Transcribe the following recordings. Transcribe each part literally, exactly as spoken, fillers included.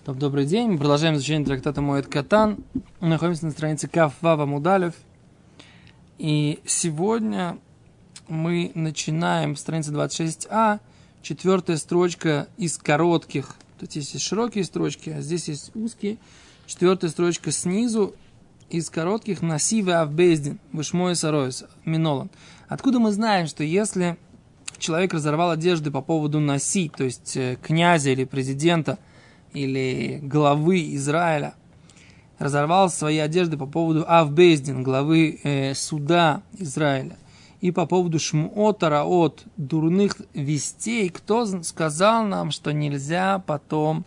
Добрый день. Мы продолжаем изучение трактата Моэд Катан. Мы находимся на странице Каф Вав Амуд Алеф. И сегодня мы начинаем страница двадцать шесть а, четвертая строчка из коротких. Тут есть широкие строчки, а здесь есть узкие. Четвертая строчка снизу из коротких Насиве Авбездин, Вышмой Саройс, Минолан. Откуда мы знаем, что если человек разорвал одежды по поводу Наси, то есть князя или президента, или главы Израиля, разорвал свои одежды по поводу Авбездин, главы э, суда Израиля, и по поводу Шмуотара от дурных вестей, кто сказал нам, что нельзя потом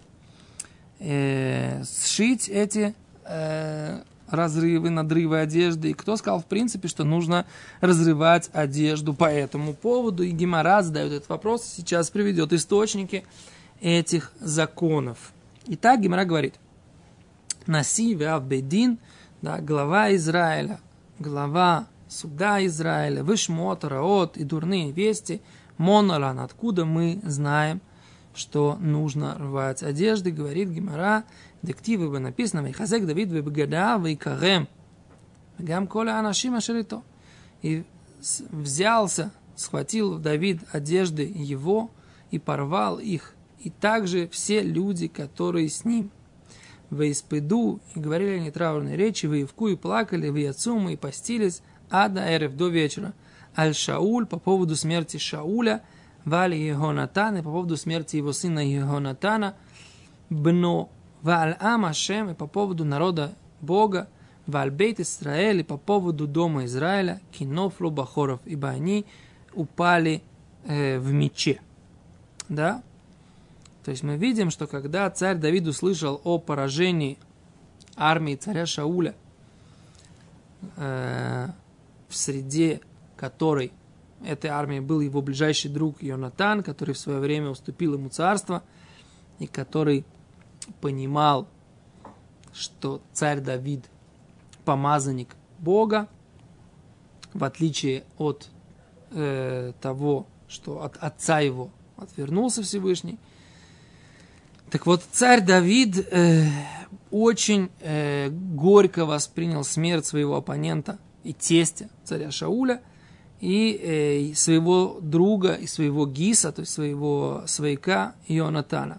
э, сшить эти э, разрывы, надрывы одежды, и кто сказал, в принципе, что нужно разрывать одежду по этому поводу, и Гемара задает этот вопрос, сейчас приведет источники этих законов. Итак, Гемара говорит, Наси веав бейдин, да, глава Израиля, глава суда Израиля, вышмот, раот и дурные вести, монолан, откуда мы знаем, что нужно рвать одежды, говорит Гемара, дективы бы написано, вейхазек Давид вебегада вейкарем, гам коля анашим ашерито. И взялся, схватил Давид одежды его и порвал их, и также все люди, которые с ним. Вейспеду, и говорили они траурные речи, выевку и плакали, выяцумы и постились, ада эрев до вечера. Аль-Шауль по поводу смерти Шауля, Вали Егонатана, по поводу смерти его сына Егонатана, Бно, Вааль-Ам Ашем, и по поводу народа Бога, Вааль-Бейт Исраэль, и по поводу дома Израиля, Кинофлу Бахоров, ибо они упали э, в мече. Да? То есть мы видим, что когда царь Давид услышал о поражении армии царя Шауля, э, в среде которой этой армии был его ближайший друг Йонатан, который в свое время уступил ему царство, и который понимал, что царь Давид помазанник Бога, в отличие от э, того, что от отца его отвернулся Всевышний. Так вот, царь Давид э, очень э, горько воспринял смерть своего оппонента и тестя, царя Шауля, и э, своего друга, и своего гиса, то есть своего свояка Йонатана.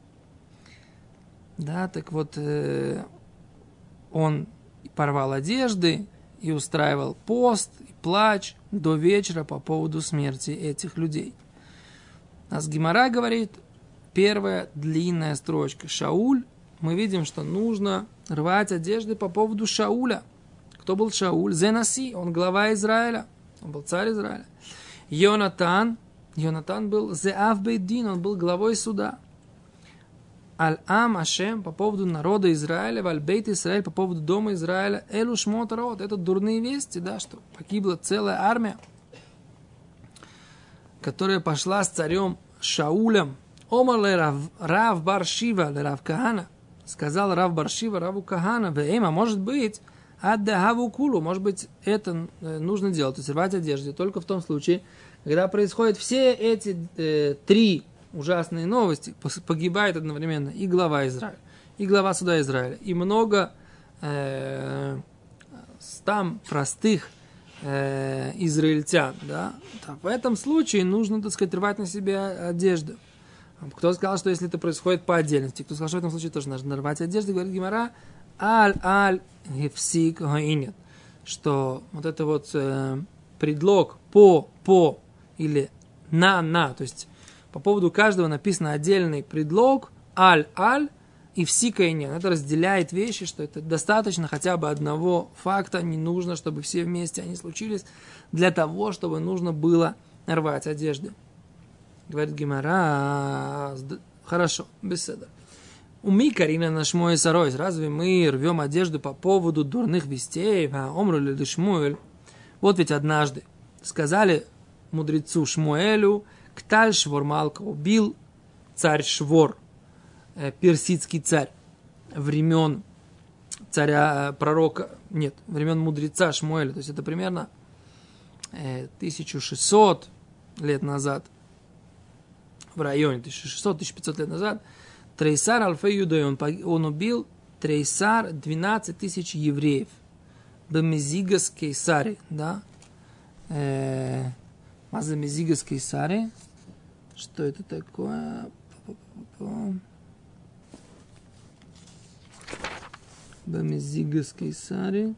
Да, так вот, э, он порвал одежды и устраивал пост, и плач до вечера по поводу смерти этих людей. Нас Гемара говорит, первая длинная строчка. Шауль, мы видим, что нужно рвать одежды по поводу Шауля. Кто был Шауль? Зенаси, он глава Израиля. Он был царь Израиля. Йонатан, Йонатан был Зеав Бейдин, он был главой суда. Аль-Ам Ашем, по поводу народа Израиля, Валь-Бейт Израиль, по поводу дома Израиля, Элу Шмот Раот, это дурные вести, да, что погибла целая армия, которая пошла с царем Шаулем. Омар ле Рав, Рав бар Шива ле Рав Кахана. Сказал Рав бар Шива Раву Кахана, вейма, может быть, аддахаву кулу, может быть, это нужно делать, то есть рвать одежды, только в том случае, когда происходят все эти э, три ужасные новости, погибает одновременно и глава Израиля, и глава суда Израиля, и много э, там простых э, израильтян, да, в этом случае нужно, так сказать, рвать на себе одежду. Кто сказал, что если это происходит по отдельности, кто сказал, что в этом случае тоже нужно рвать одежду, говорит Гемара, аль-аль гефсик гаинет, что вот это вот э, предлог по, по или на, на, то есть по поводу каждого написано отдельный предлог, аль-аль и всикайнен. Это разделяет вещи, что это достаточно хотя бы одного факта, не нужно, чтобы все вместе они случились, для того, чтобы нужно было рвать одежды. Говорит Гемара, хорошо, беседа. Уми Карина наш мой саройс, разве мы рвем одежду по поводу дурных вестей? Омру ли Шмуэль? Вот ведь однажды сказали мудрецу Шмуэлю, Кталь Швор Малка, убил царь Швор, персидский царь, времен царя, пророка, нет, времен мудреца Шмуэля, то есть это примерно тысяча шестьсот лет назад, в районе тысяча шестьсот - тысяча пятьсот лет назад, Трейсар Альфей Юдой, он, он убил Трейсар двенадцать тысяч евреев. Бемезигас Кейсари, да? Маза Мезигас Кейсари. Что это такое? Бемезигас Кейсари.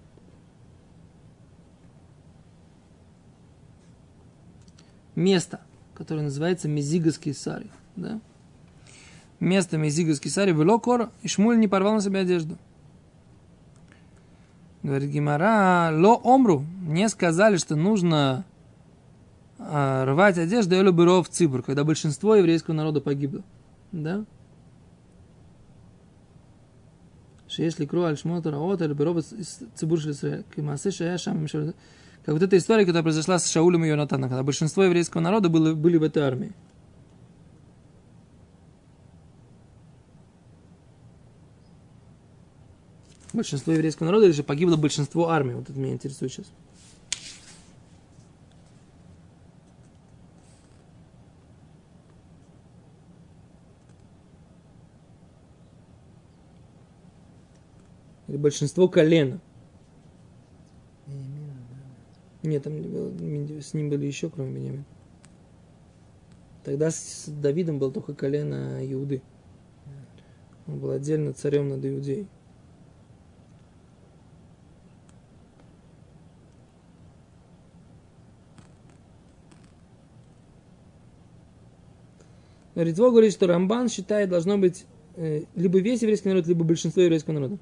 Место, которое называется Мезигас Кейсари, да? Место Мезигас Кейсари было кора, и Шмуль не порвал на себе одежду. Говорит Гемара, ло омру, мне сказали, что нужно а, рвать одежду элю бюро в Цибур, когда большинство еврейского народа погибло. Да? Что если кру аль-шмота раота элю бюро в Цибур шелисраэль, кемасе шая шам мишель. Как вот эта история, которая произошла с Шаулем и Йонатаном, когда большинство еврейского народа было, были в этой армии. Большинство еврейского народа, или же погибло большинство армии. Вот это меня интересует сейчас. Или большинство колена. Нет, там с ним были еще, кроме Беньямина. Тогда с Давидом был только колено Иуды. Он был отдельно царем над Иудеей. Ритво говорит, что Рамбан считает, должно быть э, либо весь еврейский народ, либо большинство еврейского народа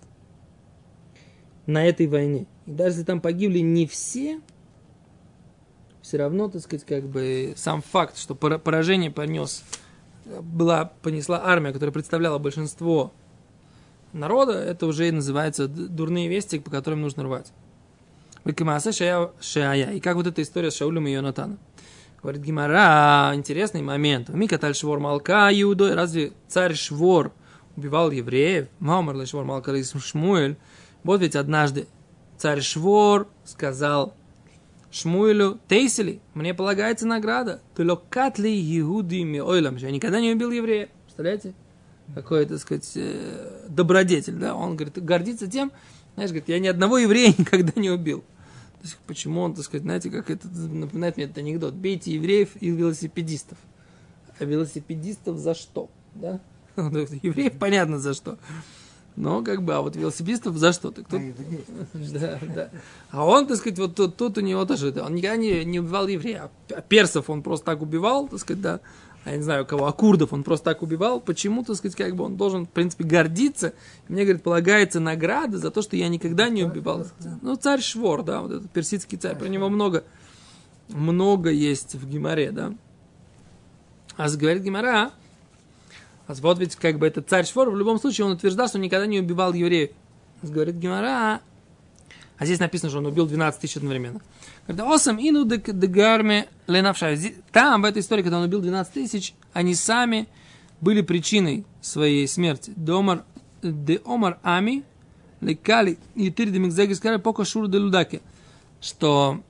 на этой войне. И даже если там погибли не все, все равно, так сказать, как бы сам факт, что поражение понес, была, понесла армия, которая представляла большинство народа, это уже и называется дурные вести, по которым нужно рвать. И как вот эта история с Шаулем и Йонатаном. Говорит Гемара, интересный момент. Микаталь Швор Малка Иудой. Разве царь Швор убивал евреев? Маумер Швор Малка Шмуэль. Вот ведь однажды царь Швор сказал Шмуэлю: Тейсели, мне полагается награда. Ты локатли Иудими ойлам. Я никогда не убил еврея. Представляете? Какой, так сказать, добродетель, да? Он, говорит, гордится тем, знаешь, говорит, я ни одного еврея никогда не убил. Почему он, так сказать, знаете, как это напоминает мне этот анекдот. Бейте евреев и велосипедистов. А велосипедистов за что? Да? Евреев понятно за что. Но как бы, а вот велосипедистов за что? Кто... да, да. А он, так сказать, вот тут, тут у него тоже, он никогда не, не убивал еврея. А персов он просто так убивал, так сказать, да. А я не знаю кого, а курдов он просто так убивал. Почему, так сказать, как бы он должен, в принципе, гордиться. Мне, говорит, полагается награда за то, что я никогда не убивал. Ну, царь Швор, да, вот этот персидский царь. Про него много, много есть в Гемаре, да. А говорит Гемара, а вот ведь, как бы, этот царь Швор, в любом случае, он утверждал, что он никогда не убивал евреев. Говорит Гемара, а здесь написано, что он убил двенадцать тысяч одновременно. Осам ину дегарме ленавшай. Там, в этой истории, когда он убил двенадцать тысяч, они сами были причиной своей смерти. Домар де омар ами лекали и тири де мигзагискаре пока шур де лудаки. Что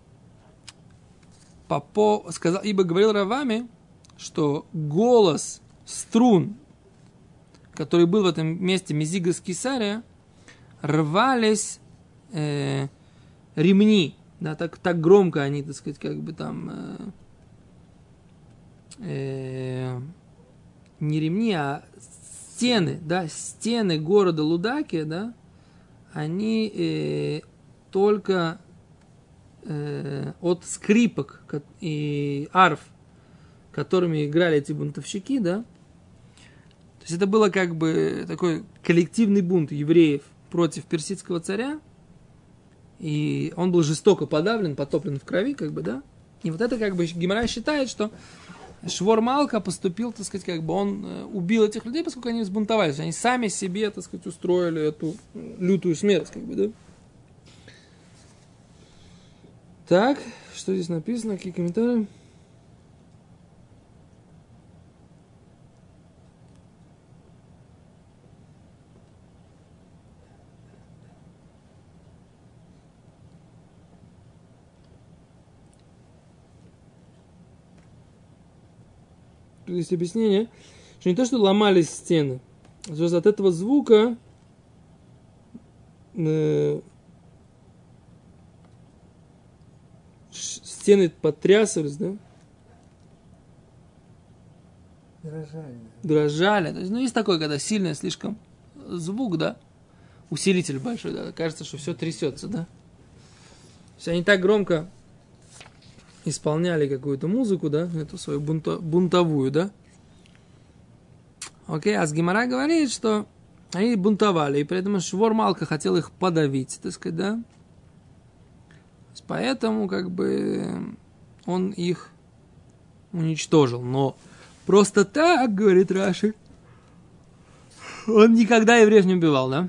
Попо сказал, ибо говорил Равами, что голос струн, который был в этом месте Мезигас Кесария, рвались э, ремни. Да, так, так громко они, так сказать, как бы там э, э, не ремни, а стены, да, стены города Лудаки, да, они э, только э, от скрипок и арф, которыми играли эти бунтовщики, да, то есть это было как бы такой коллективный бунт евреев против персидского царя. И он был жестоко подавлен, потоплен в крови, как бы, да. И вот это, как бы, Гемара считает, что Швор Малка поступил, так сказать, как бы он убил этих людей, поскольку они взбунтовались. Они сами себе, так сказать, устроили эту лютую смерть, как бы, да. Так, что здесь написано, какие комментарии? Есть объяснение, что не то, что ломались стены, а что от этого звука э, стены потрясывались, да? Дрожали. Дрожали. То есть, ну, есть такое, когда сильный слишком звук, да? Усилитель большой, да? Кажется, что все трясется, да? То есть они так громко исполняли какую-то музыку, да? Эту свою бунто, бунтовую, да? Окей, а с Гемара говорит, что они бунтовали, и при этом Швор Малка хотел их подавить, так сказать, да? Поэтому, как бы, он их уничтожил. Но просто так, говорит Раши, он никогда евреев не убивал, да?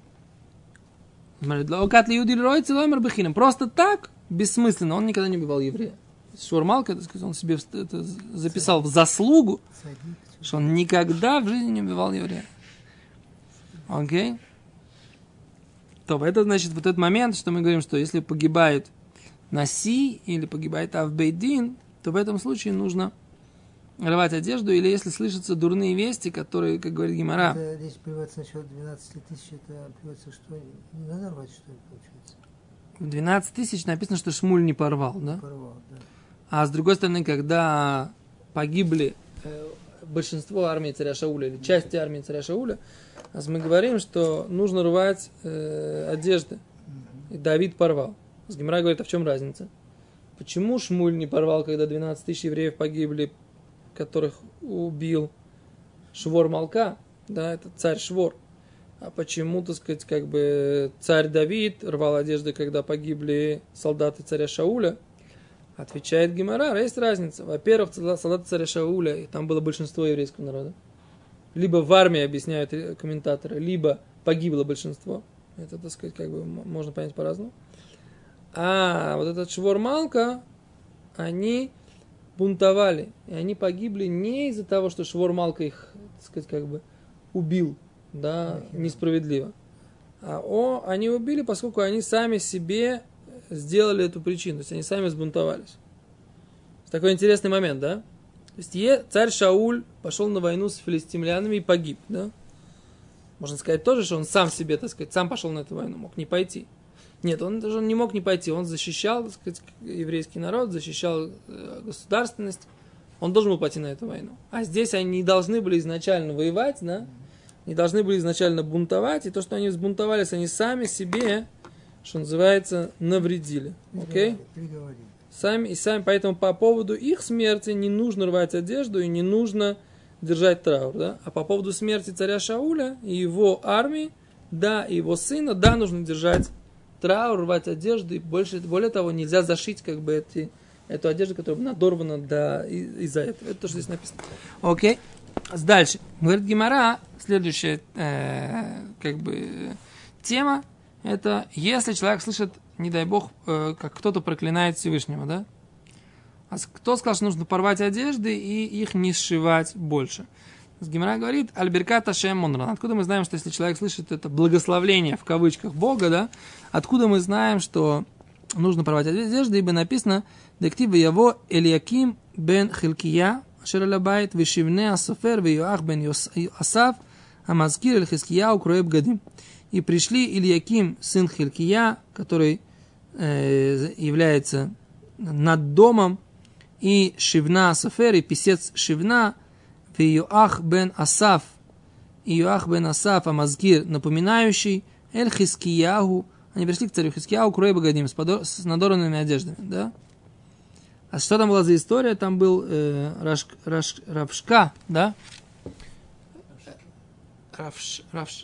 Просто так, бессмысленно, он никогда не убивал еврея. Швор Малка, так сказать, он себе это записал в заслугу, что он никогда в жизни не убивал еврея. Окей? Okay? То это значит вот этот момент, что мы говорим, что если погибает Наси или погибает Авбейдин, то в этом случае нужно рвать одежду, или если слышатся дурные вести, которые, как говорит Гемара. Это здесь приводится насчет двенадцати тысяч, это приводится, что не надо рвать, что ли, получается? В двенадцать тысяч написано, что Шмуль не порвал, да? Не порвал, да. А с другой стороны, когда погибли э, большинство армии царя Шауля, или части армии царя Шауля, мы говорим, что нужно рвать э, одежды. Mm-hmm. И Давид порвал. С Гемара говорит, а в чем разница? Почему Шмуль не порвал, когда двенадцать тысяч евреев погибли, которых убил Швор Малка, да, это царь Швор. А почему, так сказать, как бы царь Давид рвал одежды, когда погибли солдаты царя Шауля? Отвечает Гемара, есть разница. Во-первых, солдаты царя Шауля, и там было большинство еврейского народа. Либо в армии, объясняют комментаторы, либо погибло большинство. Это, так сказать, как бы можно понять по-разному. А вот этот Швор Малка, они бунтовали. И они погибли не из-за того, что Швор Малка их, так сказать, как бы убил, да, несправедливо. А о, они убили, поскольку они сами себе сделали эту причину. То есть они сами сбунтовались. Такой интересный момент, да? То есть царь Шауль пошел на войну с филистимлянами и погиб, да? Можно сказать тоже, что он сам себе, так сказать, сам пошел на эту войну, мог не пойти. Нет, он даже не мог не пойти, он защищал, так сказать, еврейский народ, защищал государственность, он должен был пойти на эту войну. А здесь они не должны были изначально воевать, да? Не должны были изначально бунтовать, и то, что они взбунтовались, они сами себе, что называется, навредили. Окей? Okay? Сами, и сами, поэтому по поводу их смерти не нужно рвать одежду и не нужно держать траур, да? А по поводу смерти царя Шауля и его армии, да, и его сына, да, нужно держать траур, рвать одежду, и больше, более того, нельзя зашить как бы эти, эту одежду, которая надорвана да, из-за этого. Это то, что здесь написано. Окей. Дальше. Говорит Гемара, следующая э, как бы тема, это если человек слышит, не дай бог, э, как кто-то проклинает Всевышнего, да? А кто сказал, что нужно порвать одежды и их не сшивать больше? Гемара говорит, альберкат ашем монран. Откуда мы знаем, что если человек слышит это благословление, в кавычках, Бога, да? Откуда мы знаем, что нужно порвать одежды? Ибо написано, дектива яво Элиаким бен Хилкия, ашер алабайт, вишивне асофер, виоах бен Асав, амазкир эль Хиския, укроеб гадим. И пришли Ильяким, сын Хилкия, который э, является над домом, и Шивна Асофер, и писец Шивна, Йоах бен Асаф, и Йоах бен Асаф, Амазгир, напоминающий Эль Хискияху, они пришли к царю Хискияху, Курей Багадим, с, подор... с надорванными одеждами, да? А что там была за история? Там был э, Раш... Раш... Равшка, да? Равш... Равш...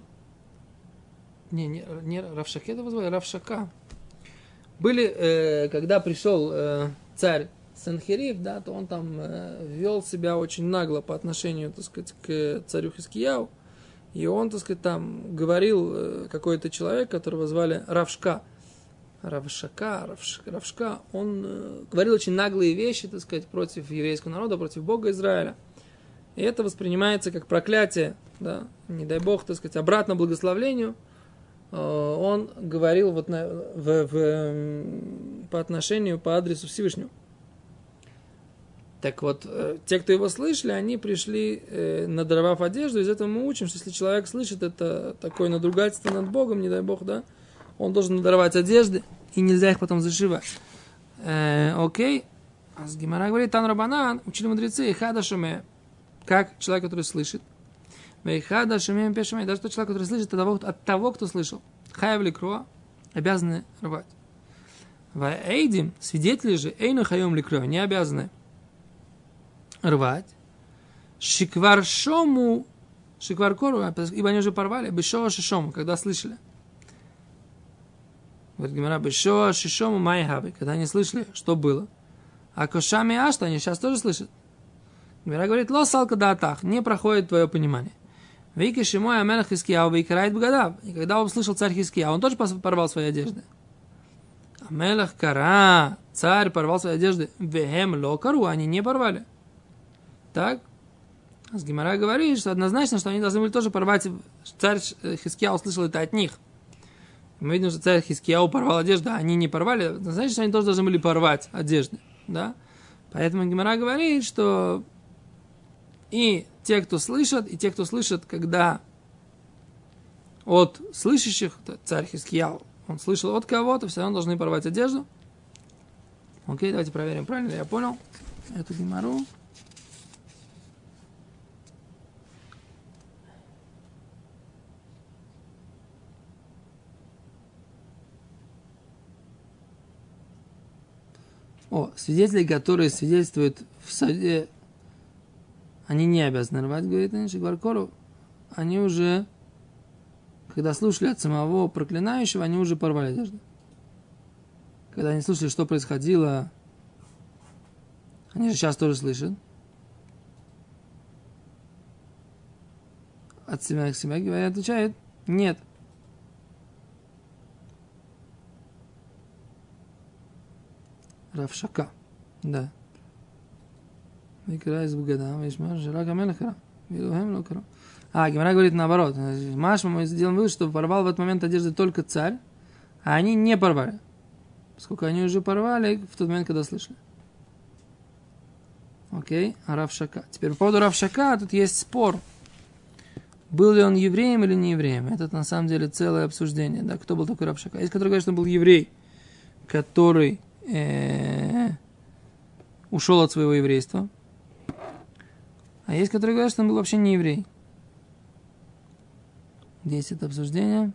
Не, не, не Равшаке это вызвали, Равшака. Были, э, когда пришел э, царь Санхериф, да, то он там э, вел себя очень нагло по отношению, так сказать, к царю Хискияу. И он, так сказать, там говорил э, какой-то человек, которого звали Равшка. Равшака, Равш, Равшка. Он э, говорил очень наглые вещи, так сказать, против еврейского народа, против Бога Израиля. И это воспринимается как проклятие, да, не дай Бог, так сказать, обратно благословлению. Э, он говорил вот на, в, в, по отношению, по адресу Всевышнего. Так вот, те, кто его слышали, они пришли, надорвав одежду. Из этого мы учим, что если человек слышит это такое надругательство над Богом, не дай Бог, да, он должен надорвать одежды, и нельзя их потом зашивать. Э, окей. А с Гемара говорит, Тан Рабанан, учили мудрецы, Ихада Шуме, как человек, который слышит. Ихада Шуме Пешуме, даже тот человек, который слышит от того, от того кто слышал. Хаев ликро, обязаны рвать. Ваэйдим, свидетели же, Эйну Хайом ликро, не обязаны рвать. Шиквар Шому, Шиквар Кору, ибо они уже порвали, Бешоа Шишому, когда слышали. Говорит Гемара, Бешоа Шишому Майхаби, когда они слышали, что было. А Кошами Ашта, они сейчас тоже слышат. Гемара говорит, Ло Салка Даатах, не проходит твое понимание. Вейки Шимой Амелах Хискияу Вейкарайт Бгадав. И когда он услышал царь Хискияу, он тоже порвал свои одежды. Амелах Кара, царь порвал свои одежды. Вехем Локару, они не порвали. Так? А с Гемара говорит, что однозначно, что они должны были тоже порвать. Царь Хискияу услышал это от них. Мы видим, что царь Хискияу порвал одежду, а они не порвали. Однозначно, что они тоже должны были порвать одежды. Да? Поэтому Гемара говорит, что и те, кто слышат, и те, кто слышат, когда от слышащих, царь Хискияу, он слышал от кого-то, все равно должны порвать одежду. Окей, давайте проверим, правильно ли я понял эту Гемару. О, свидетели, которые свидетельствуют в суде, они не обязаны рвать, говорит Шикваркору. Они уже, когда слушали от самого проклинающего, они уже порвали одежду. Когда они слушали, что происходило, они же сейчас тоже слышат. От себя к себе, говорят, отвечает, нет. Равшака, да. Викра из Бугада, Вишмар, Жирак Амелахара. Вилухем Локара. А, Гемара говорит наоборот. Маш, мы сделаем вывод, что порвал в этот момент одежды только царь, а они не порвали. Поскольку они уже порвали в тот момент, когда слышали. Окей, а Равшака. Теперь по поводу Равшака тут есть спор. Был ли он евреем или не евреем? Это на самом деле целое обсуждение. Да, кто был такой Равшака? Есть, который говорит, что он был еврей, который э, ушел от своего еврейства. А есть, которые говорят, что он был вообще не еврей. Здесь это обсуждение.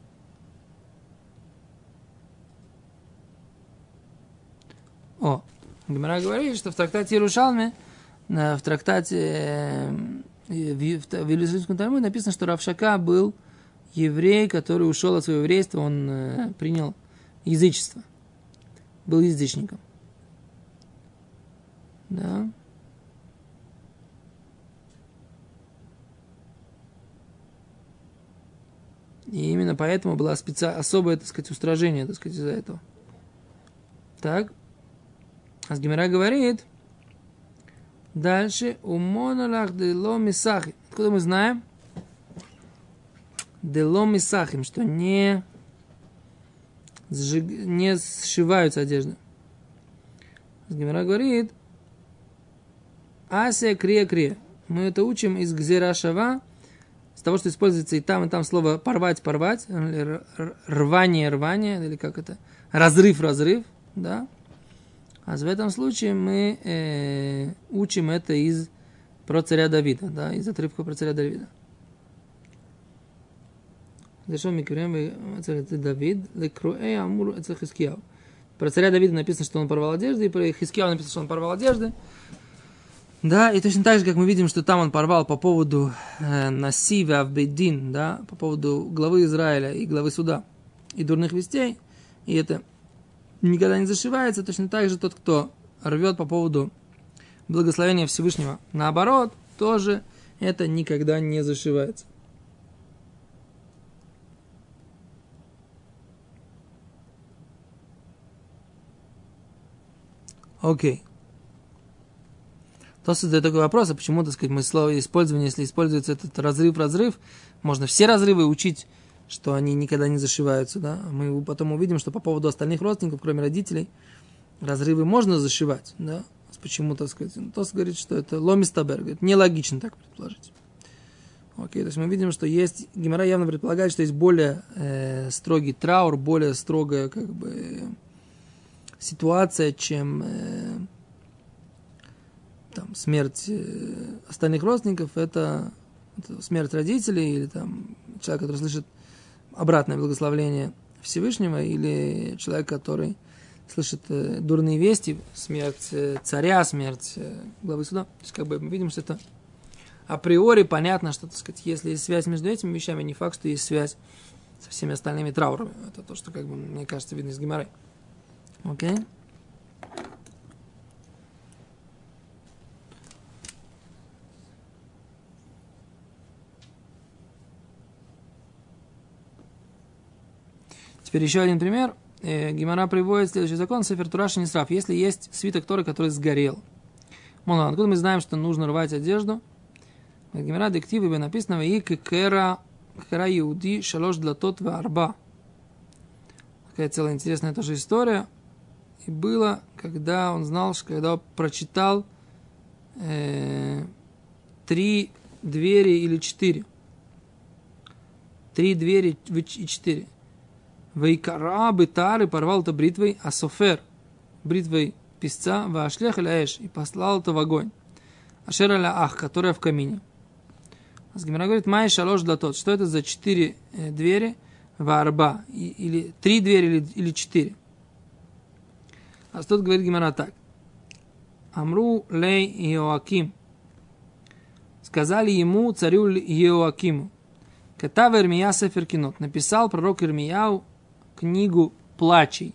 О, Гемара говорит, что в трактате Иерушалме, в трактате в Иерусалимском Талмуде написано, что Равшака был еврей, который ушел от своего еврейства, он принял язычество, был язычником. Да. И именно поэтому было специ... особое, так сказать, устражение, так сказать, из-за этого. Так. А Гемара говорит дальше. Умоналах дело мисахим. Откуда мы знаем? Дело мисахим, что не, сжиг... не сшиваются одежды. Гемара говорит Ася крия крия. Мы это учим из Гзера Шава, с того, что используется и там, и там слово порвать, порвать, рвание, рвание, или как это, разрыв, разрыв, да. А в этом случае мы э, учим это из про царя Давида, да, из отрывка про царя Давида. Зачем мы говорим царя Давид, лекруэ амур эцех Хискияу. Про царя Давида написано, что он порвал одежды, и про Хискияу написано, что он порвал одежды. Да, и точно так же, как мы видим, что там он порвал по поводу э, Насива Авбейдин, да, по поводу главы Израиля и главы суда и дурных вестей, и это никогда не зашивается, точно так же тот, кто рвет по поводу благословения Всевышнего, наоборот, тоже это никогда не зашивается. Окей. То задает такой вопрос, а почему, так сказать, мы слово использование, если используется этот разрыв-разрыв, можно все разрывы учить, что они никогда не зашиваются, да? Мы потом увидим, что по поводу остальных родственников, кроме родителей, разрывы можно зашивать, да? Почему, так сказать? Тос говорит, что это ломистабер, говорит, нелогично так предположить. Окей, то есть мы видим, что есть, Гемара явно предполагает, что есть более э, строгий траур, более строгая как бы ситуация, чем э, там, смерть э, остальных родственников, это, это смерть родителей или там человек, который слышит обратное благословление Всевышнего, или человек, который слышит э, дурные вести, смерть э, царя, смерть э, главы суда. То есть как бы мы видим, что это априори понятно, что, так сказать, если есть связь между этими вещами, не факт, что есть связь со всеми остальными траурами. Это то, что, как бы, мне кажется, видно из Гемары. Окей? Теперь еще один пример. Гемара приводит следующий закон, Сефер Тура Шенисраф. Если есть свиток Торы, который сгорел. Мол, откуда мы знаем, что нужно рвать одежду? Гемара диктивы написано «И кекера кекера Иуди шалош длатот ва арба». Такая целая интересная тоже история. И было, когда он знал, что когда он прочитал э, три двери или четыре. Три двери и четыре. Вейкара бытары порвал это бритвой, а софер бритвой писца, ваашлех или эш, и послал это в огонь. Ашер аля ах, которая в камине. А Гемара говорит, май шалош длатот. Что это за четыре э, двери в арба? И, или три двери или, или четыре? А тут говорит Гемара так. Амру лей Иоаким. Сказали ему, царю Иоакиму. Катав Ирмия Сефер Кинот. Написал пророк Ирмияу книгу плачей.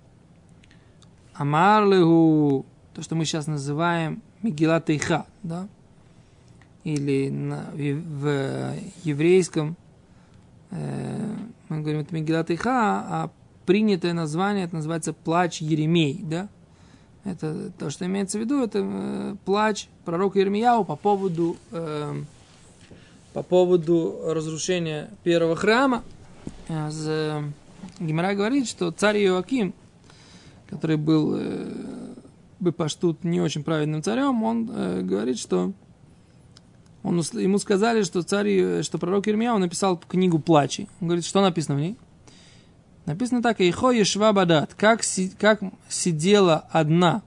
Амарлегу, то, что мы сейчас называем Мегилат Эйха, да? Или на, в, в еврейском э, мы говорим, это Мегилат Эйха, а принятое название, это называется плач Еремей, да? Это то, что имеется в виду, это э, плач пророка Ирмияу по поводу э, по поводу разрушения первого храма. Э, Гемара говорит, что царь Иоаким, который был э, бепаштут не очень праведным царем, он э, говорит, что он, ему сказали, что царь, что пророк Ирмияу написал книгу плачей. Он говорит, что написано в ней? Написано так: «Ихо ешва бадат», как, си, как сидела одна,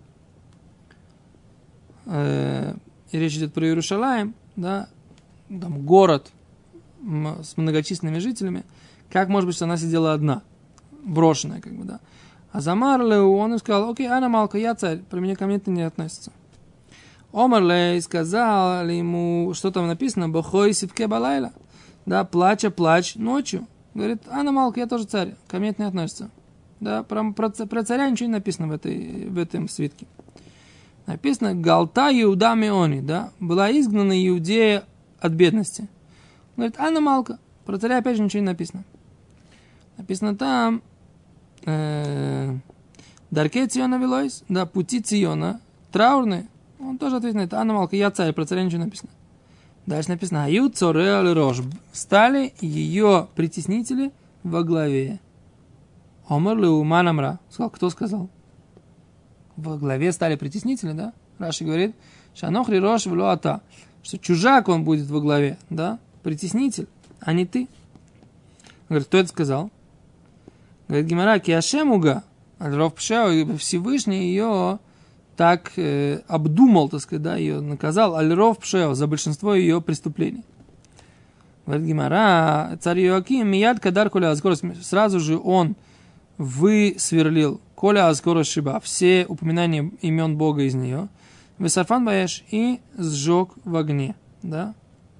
э, и речь идет про Иерушалаим, да, там город с многочисленными жителями, как может быть, что она сидела одна, брошенная, как бы, да. А Замар Леу, он сказал, окей, Ана Малка, я царь, про меня ко мне это не относится. Омар Лей сказал ему, что там написано, Бохой сивке балайла, да, плача, плач ночью. Говорит, Ана Малка, я тоже царь, ко мне это не относится. Да, про, про, про царя ничего не написано в, этой, в этом свитке. Написано, Галта Иуда Меони, да, была изгнана Иудея от бедности. Говорит, Ана Малка, про царя опять же ничего не написано. Написано там, э, Дарке Циона Вилойс, да, пути Циона, траурные. Он тоже ответит на это, Ана Малка, я царь, про царя ничего не написано. Дальше написано, Аю Цореал Рош, стали ее притеснители во главе. Омар Леуман Амра, сказал, кто сказал? Во главе стали притеснители, да? Раши говорит, Шанохри Рош Влуата, что чужак он будет во главе, да? Притеснитель, а не ты. Говорит, кто это сказал? Говорит, Гемара, Киашемуга, Аль-Ров Пшео, Всевышний ее так э, обдумал, так сказать, да, ее наказал, Аль-Ров Пшео, за большинство ее преступлений. Говорит Гемара, царь Иоаким, Мияд Кадар Коля Азкорос, сразу же он высверлил Коля Азкорос Шиба, все упоминания имен Бога из нее, Весарфан Баэш, и сжег в огне, да.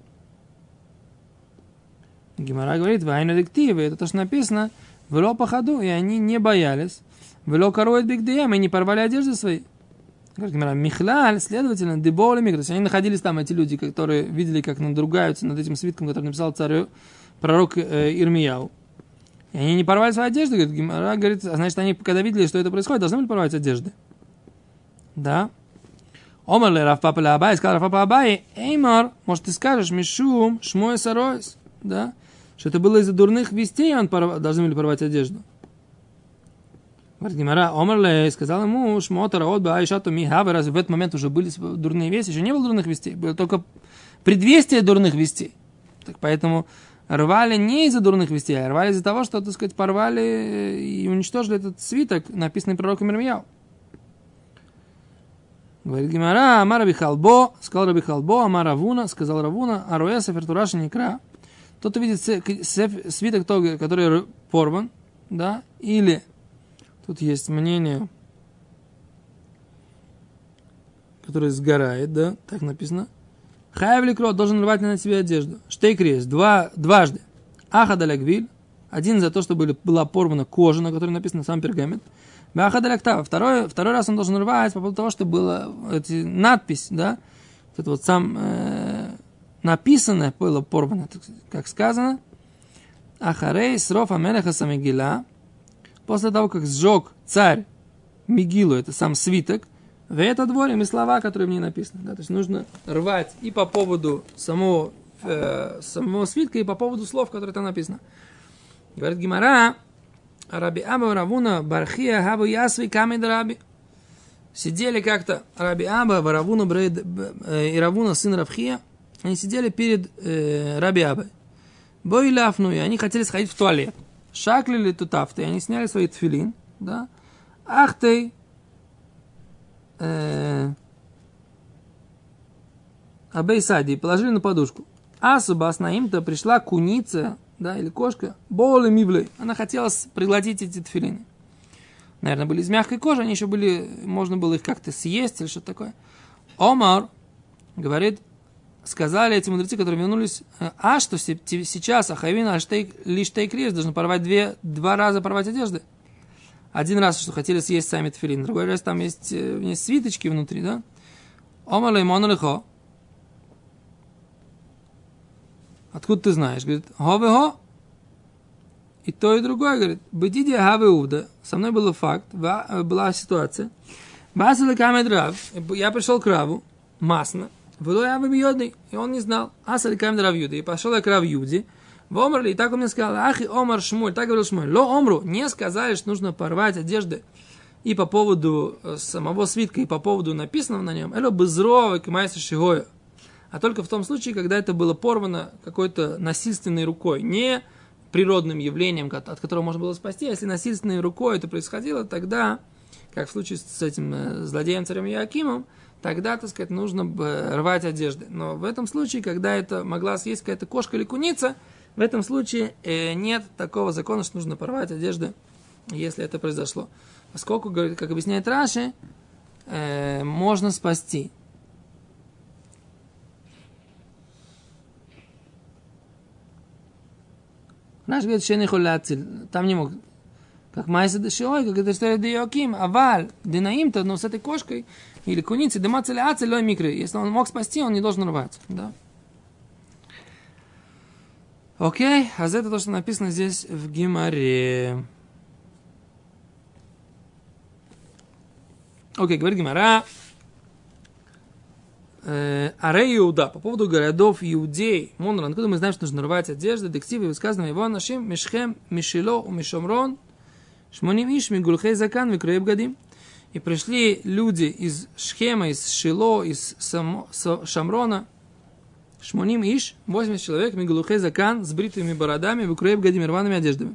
Гемара говорит, вайна диктивы, это то, что написано, вело походу, и они не боялись, вело корует бигдеям, и не порвали одежды свои. Говорит Гемара, Михлаль, следовательно, деболи мигры, они находились там, эти люди, которые видели, как надругаются над этим свитком, который написал царю, пророк э, Ирмияу. И они не порвали свои одежды, говорит Гемара, говорит, а значит, они, когда видели, что это происходит, должны были порвать одежды. Да. Омар ле Рав Папа ле Абай, сказал Рав Папа Абай, Эймар, может, ты скажешь, Мишум, Шмой Саройс, да, что это было из-за дурных вестей, он порв... должны были порвать одежду. Говорит Гимара, Омрле сказал ему, Шмота Раот Баишату Михава, разве в этот момент уже были дурные вести? Еще не было дурных вестей, было только предвестие дурных вестей. Так поэтому рвали не из-за дурных вестей, а рвали из-за того, что, так сказать, порвали и уничтожили этот свиток, написанный пророком Ирмияу. Говорит Гимара, Амар Раби Халбо, сказал Раби Халбо, Амар Равуна, сказал Равуна, Аруэ Сефер Тура Шеникра. Тот увидит свиток, который порван, да, или тут есть мнение, которое сгорает, да, так написано. Хаев ликро, должен рвать на себе одежду. Штейкрес, два, дважды. Ахадалягвиль, один за то, что были, была порвана кожа, на которой написано сам пергамент. Ахадалягтава, второй, второй раз он должен рвать по поводу того, что была эти, надпись, да, вот это вот сам э, написанное было порвано, как сказано. Ахарей сров амелеха самигила, после того, как сжег царь Мигилу, это сам свиток, в это дворим и слова, которые в ней написаны. Да, то есть нужно рвать и по поводу самого, э, самого свитка, и по поводу слов, которые там написаны. Говорит Гимара, Раби Аба Равуна Бархия Хабу Ясви Камед Раби. Сидели как-то Раби Аба, Равуна и Равуна, сын Равхия, они сидели перед э, Раби Абой. Бой лафну, и они хотели сходить в туалет. Шаклили тутафты, и они сняли свои тфилин, да. Ах ты, э, Абейсади, положили на подушку. Асуба с наим-то пришла куница, да, или кошка, боли мивлей. Она хотела приглотить эти тфилины. Наверное, были из мягкой кожи, они еще были, можно было их как-то съесть или что-то такое. Омар говорит, сказали эти мудрецы, которые вернулись, а что сейчас Ахавина лишь тейкрис должен порвать две, два раза порвать одежды. Один раз, что хотели съесть сами тфилин, другой раз там есть, есть свиточки внутри, да? Омар леймон лихо. Откуда ты знаешь? Говорит, хо-ве-хо. И то, и другое, говорит, бедиди хавеуда. Со мной был факт, была ситуация. Басили камед рав. Я пришел к раву, масно. Было я выбьёдный, и он не знал. Асали камед рав юды. И пошел я к рав юде. В омрли, и так он мне сказал, ахи омар шмуль. Так говорил Шмуль. Ло омру. Не сказали, что нужно порвать одежды. И по поводу самого свитка, и по поводу написанного на нем. Эло безрова кимайса шигоя. А только в том случае, когда это было порвано какой-то насильственной рукой, не природным явлением, от которого можно было спасти. А если насильственной рукой это происходило, тогда, как в случае с этим злодеем царем Иоакимом, тогда, так сказать, нужно рвать одежды. Но в этом случае, когда это могла съесть какая-то кошка или куница, в этом случае нет такого закона, что нужно порвать одежды, если это произошло. Поскольку, как объясняет Раши, можно спасти. Раш говорит, что не холляциль. Там не мог. Как майса дешиой, как это история Диоким. Аваль, динаим-то, но с этой кошкой или куницей, дымацили ацель, лой микры. Если он мог спасти, он не должен рвать. Да? Окей, а это то, что написано здесь в Гимаре. Окей, говорит Гимара. Арей Иуда, по поводу городов Иудей, Монран, откуда мы знаем, что нужно рвать одежды, дективы, высказано его нашим, Мишхем, Мишило, Мишомрон, Шмоним Иш, Мигулхей Закан, Викроеб Гадим. И пришли люди из Шхема, из Шило, из Само, Шамрона, Шмоним Иш, восемьдесят человек, Мигулхей Закан, с бритыми бородами, Викроеб Гадим, рваными одеждами.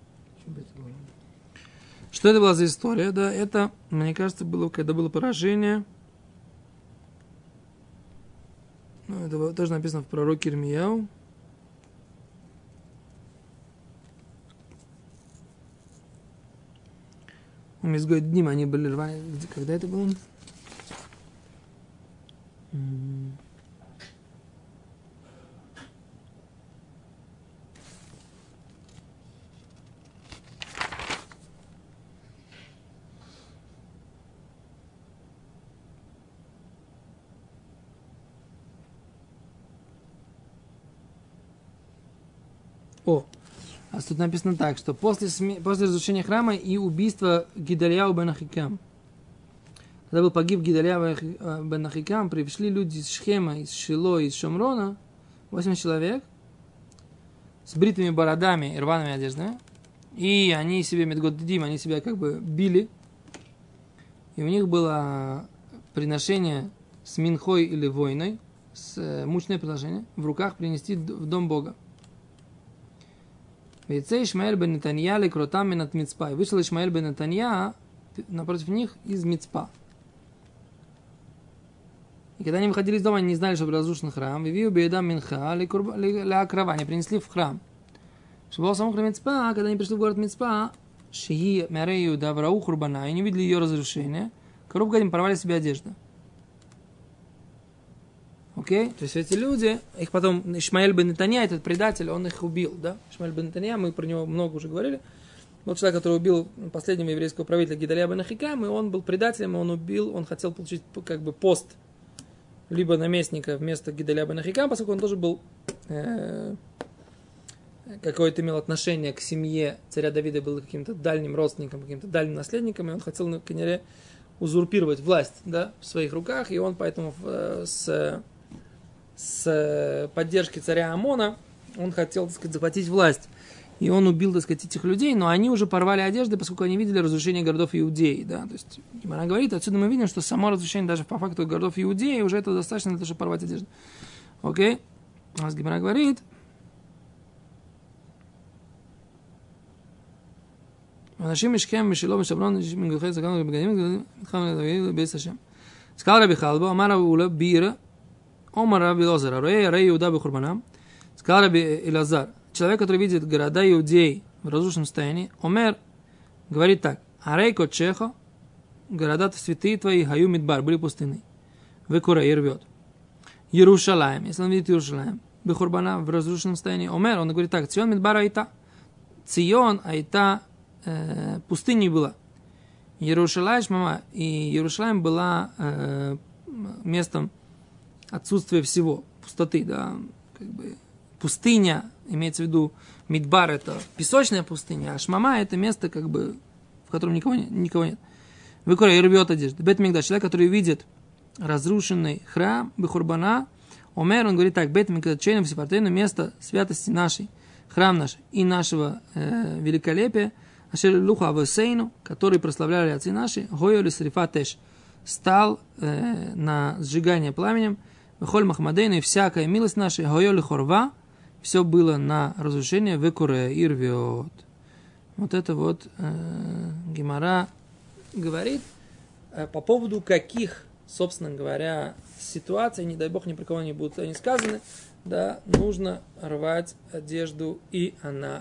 Что это была за история? Да, это, мне кажется, было, когда было поражение. Ну, это тоже написано в пророке Ирмияу. У Мизгой дним они были рваные. Когда это было? О, а тут написано так, что после, сме... после разрушения храма и убийства Гидальяу бен Ахикам, когда был погиб Гидальяу бен Ахикам, пришли люди из Шхема, из Шило, из Шомрона, восемь человек, с бритыми бородами и рваными одеждами, И они себе, медгоддим, они себя как бы били. И у них было приношение с минхой или войной, с мучное предложение, в руках принести в дом Бога. Вейцей Ишмаэль бен Нетанья лекротам минат Мицпа. И вышел Ишмаэль бен Нетанья напротив них из Мицпа. И когда они выходили из дома, они не знали, что был разрушен храм. Вивию беедам минха ля акрава. Они принесли в храм. Чтобы был самух Мицпа, когда они пришли в город Мицпа, шии мярею даврау хурбана, и не видели ее разрушения, коробка им порвали себе одежду. Окей? То есть эти люди, их потом, Ишмаэль бен Нетанья, этот предатель, он их убил, да? Ишмаэль бен Нетанья, мы про него много уже говорили. Вот человек, который убил последнего еврейского правителя Гедалия бен Ахикам, и он был предателем, и он убил, он хотел получить как бы пост либо наместника вместо Гедалия бен Ахикам, поскольку он тоже был э, какое-то имел отношение к семье царя Давида, был каким-то дальним родственником, каким-то дальним наследником, и он хотел на Канере узурпировать власть, да, в своих руках, и он поэтому э, с, с поддержки царя Амона он хотел, так сказать, захватить власть. И он убил, так сказать, этих людей, но они уже порвали одежды, поскольку они видели разрушение городов Иудеи, да, то есть Гемара говорит, отсюда мы видим, что само разрушение даже по факту городов Иудеи уже это достаточно для того, чтобы порвать одежду. Окей? У нас Гемара говорит, אנשים משכם משלו משברון מגוחי סגרנו ובגנים מתחם לדבר בייס השם. סקל רבי חלבו, אמר רבי אולה ביר, אומר רבי אלעזר, הרי הרי יהודה בחורבנם. סקל רבי אלעזר, человек, который видит города Иудеи в разрушенном состоянии, Омер говорит так, арей кочехо, города святые твои, гаю мидбар, были пустыны. Векура и рвет. Иерушалаем, если он видит Иерушалаем, бехурбана в разрушенном состоянии, Омер, он говорит так, Цион мидбар айта. Цион айта э, пустыней была. Иерушалаем, мама, и Иерушалаем была э, местом отсутствия всего, пустоты, да, как бы пустыня, имеется в виду Мидбар, это песочная пустыня, а Шмама это место, как бы, в котором никого, никого нет. Выкура и рвет одежду. Бет Мигдаш, человек, который видит разрушенный храм, Бехурбана, Омер, он говорит так, Бет Мигдаш, Сефартейну, место святости нашей, храм наш и нашего э, великолепия, Ашер Луха Авосейну, который прославляли отцы наши, Гойоли Срифатеш, стал э, на сжигание пламенем, Вехоль Махмадейну, и всякая милость наша, Гойоли Хорва, все было на разрушение, векуре и рвет. Вот это вот э, Гемара говорит э, по поводу каких, собственно говоря, ситуаций, не дай бог, ни про кого не будут они сказаны, да, нужно рвать одежду, и она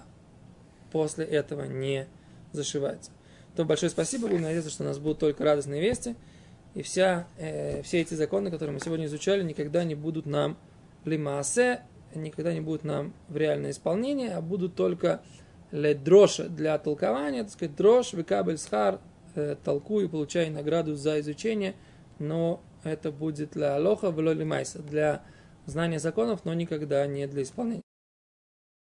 после этого не зашивается. То большое спасибо, будем надеяться, что у нас будут только радостные вести, и вся, э, все эти законы, которые мы сегодня изучали, никогда не будут нам лимаасе, никогда не будут нам в реальное исполнение, а будут только ледроша для толкования, так сказать, дрож, векабель схар, э, толкую, получаю награду за изучение, но это будет для алоха, вло лимайса, для знания законов, но никогда не для исполнения.